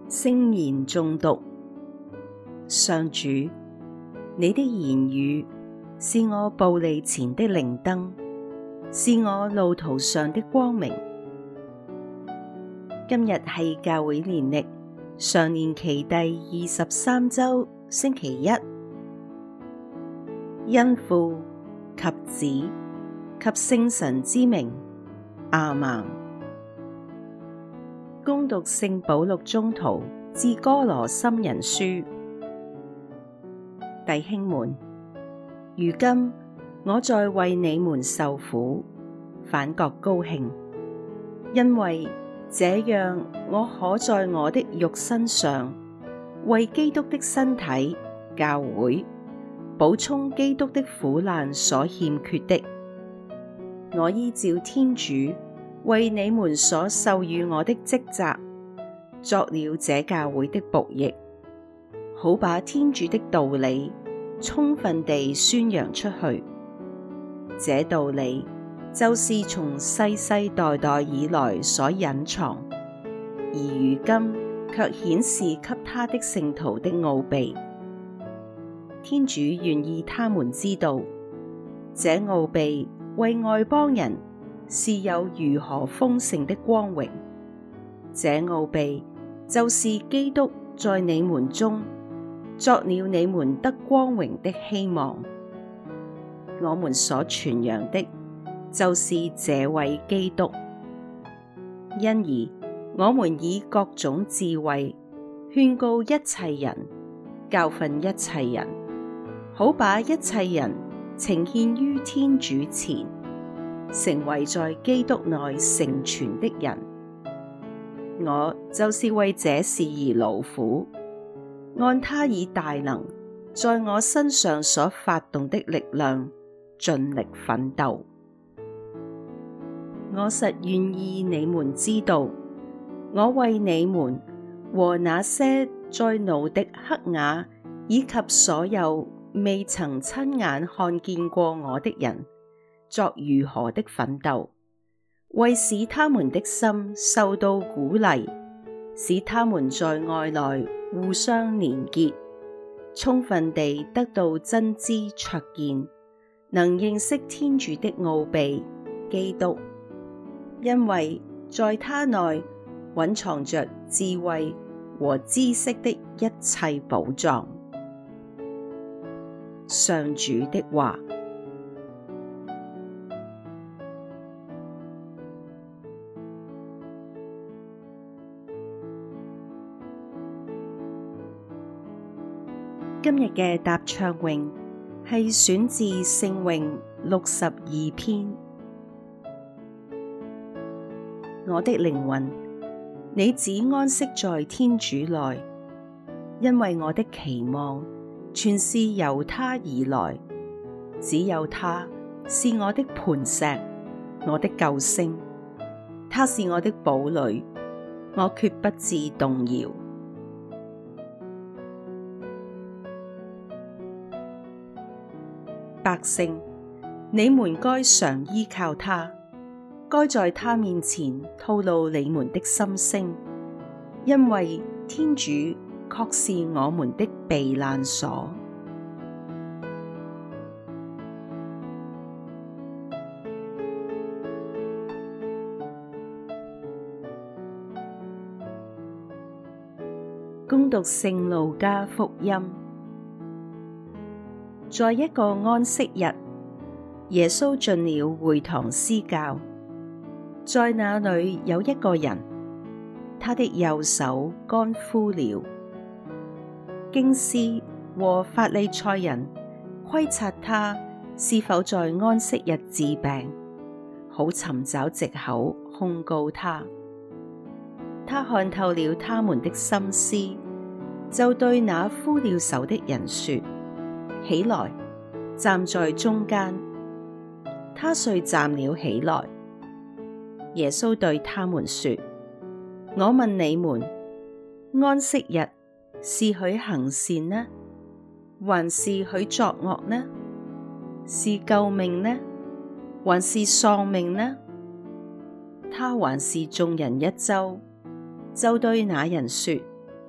聖言誦讀。上主，你的言語是我步履前的靈燈，是我路途上的光明。今日係教會年曆常年期第23週星期一，因父及子及聖神之名，阿們。恭讀聖保祿宗徒致哥羅森人書。弟兄們，如今我在為你們受苦，反覺高興，因為這樣我可在我的肉身上，為基督的身體教會，補充基督的苦難所欠缺的。我依照天主為你們所授予我的職責，作了這教會的僕役，好把天主的道理充分地宣揚出去。這道理就是從世世代代以來所隱藏，而如今卻顯示給他的聖徒的奧秘。天主願意他們知道，這奧秘為外邦人是有如何豐盛的光榮。這奧秘就是基督在你們中作了你們得光榮的希望。我們所傳揚的就是這位基督。因而我們以各種智慧勸告一切人，教訓一切人，好把一切人呈獻於天主前，成為在基督內成全的人。我就是為這事而勞苦，按他以大能在我身上所發動的力量，盡力奮鬥。我實願意你們知道，我為你們和那些在奴狄克雅以及所有未曾親眼看見過我的人，作如何的奮鬥，為使他們的心受到鼓勵，使他們在愛內互相連結，充分地得到真知灼見，能認識天主的奧秘基督，因為在他內蘊藏着智慧和知識的一切寶藏。上主的話。今日嘅答唱詠係選自聖詠62篇。我的靈魂，你只安息在天主內，因為我的期望全是由他而來，只有他是我的磐石，我的救星，他是我的堡壘，我決不致動搖。百姓，你們該常依靠他，該在他面前吐露你們的心聲，因為天主確是我們的避難所。恭讀聖路加福音。在一個安息日，耶穌進了會堂施教，在那裏有一個人，他的右手乾枯了。經師和法利賽人窺察他是否在安息日治病，好尋找藉口控告他。他看透了他們的心思，就對那枯了手的人說：起來，站在中間。他遂站了起來。耶穌對他們說：我問你們，安息日是許行善呢，還是許作惡呢？是救命呢，還是喪命呢？他環視眾人一周，就對那人說：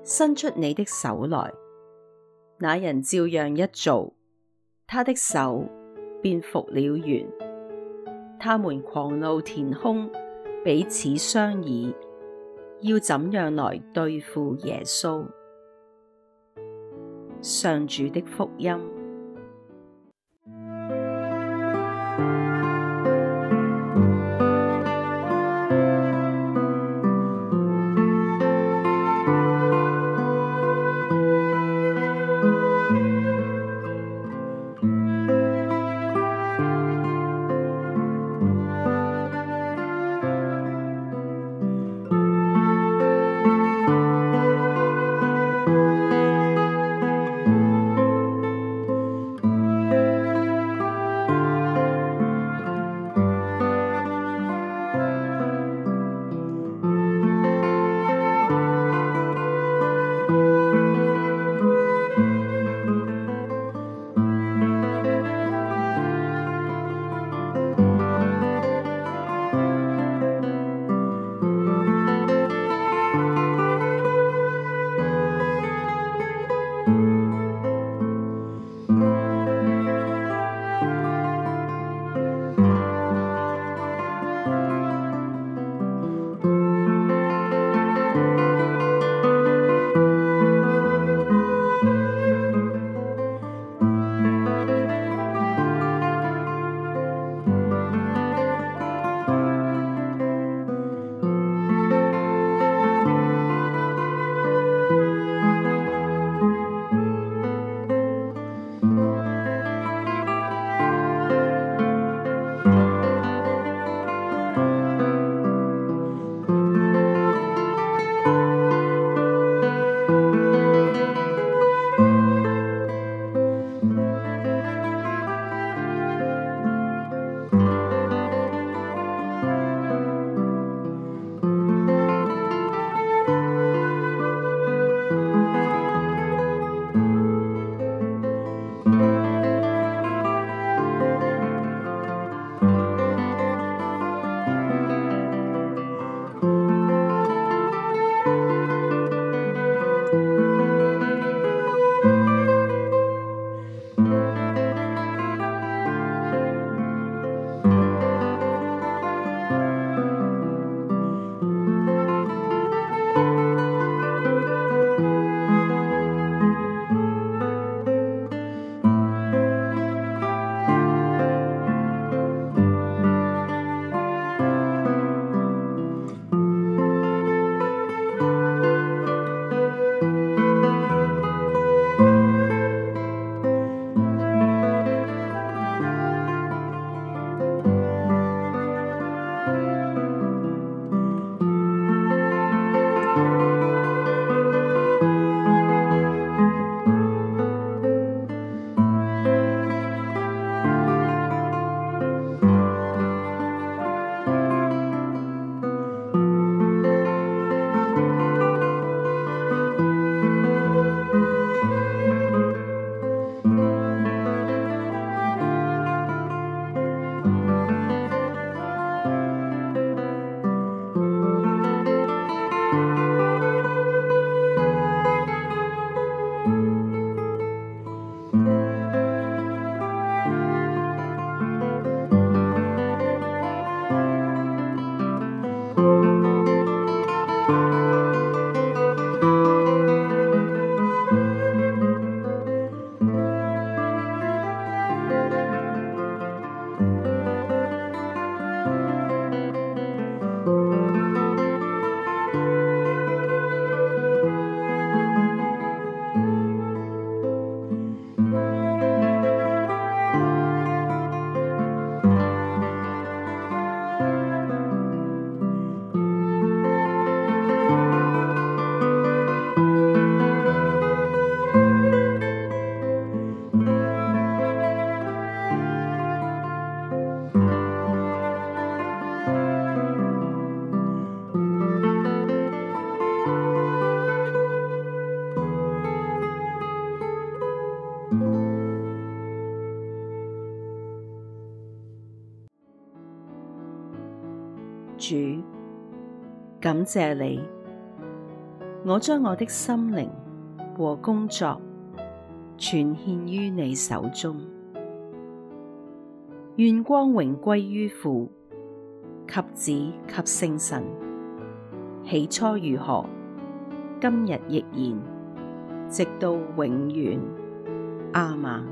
伸出你的手來。那人照樣一做，他的手便復了原。他們狂怒填胸，彼此商議，要怎樣來對付耶穌。上主的福音。主，感謝你， 我將我的心靈和工作全獻於你手中。願光榮歸於父及子及聖神，起初如何，今日亦然，直到永遠。阿們。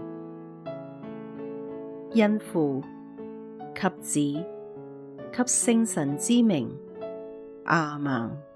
因父及子及聖神之名。阿們。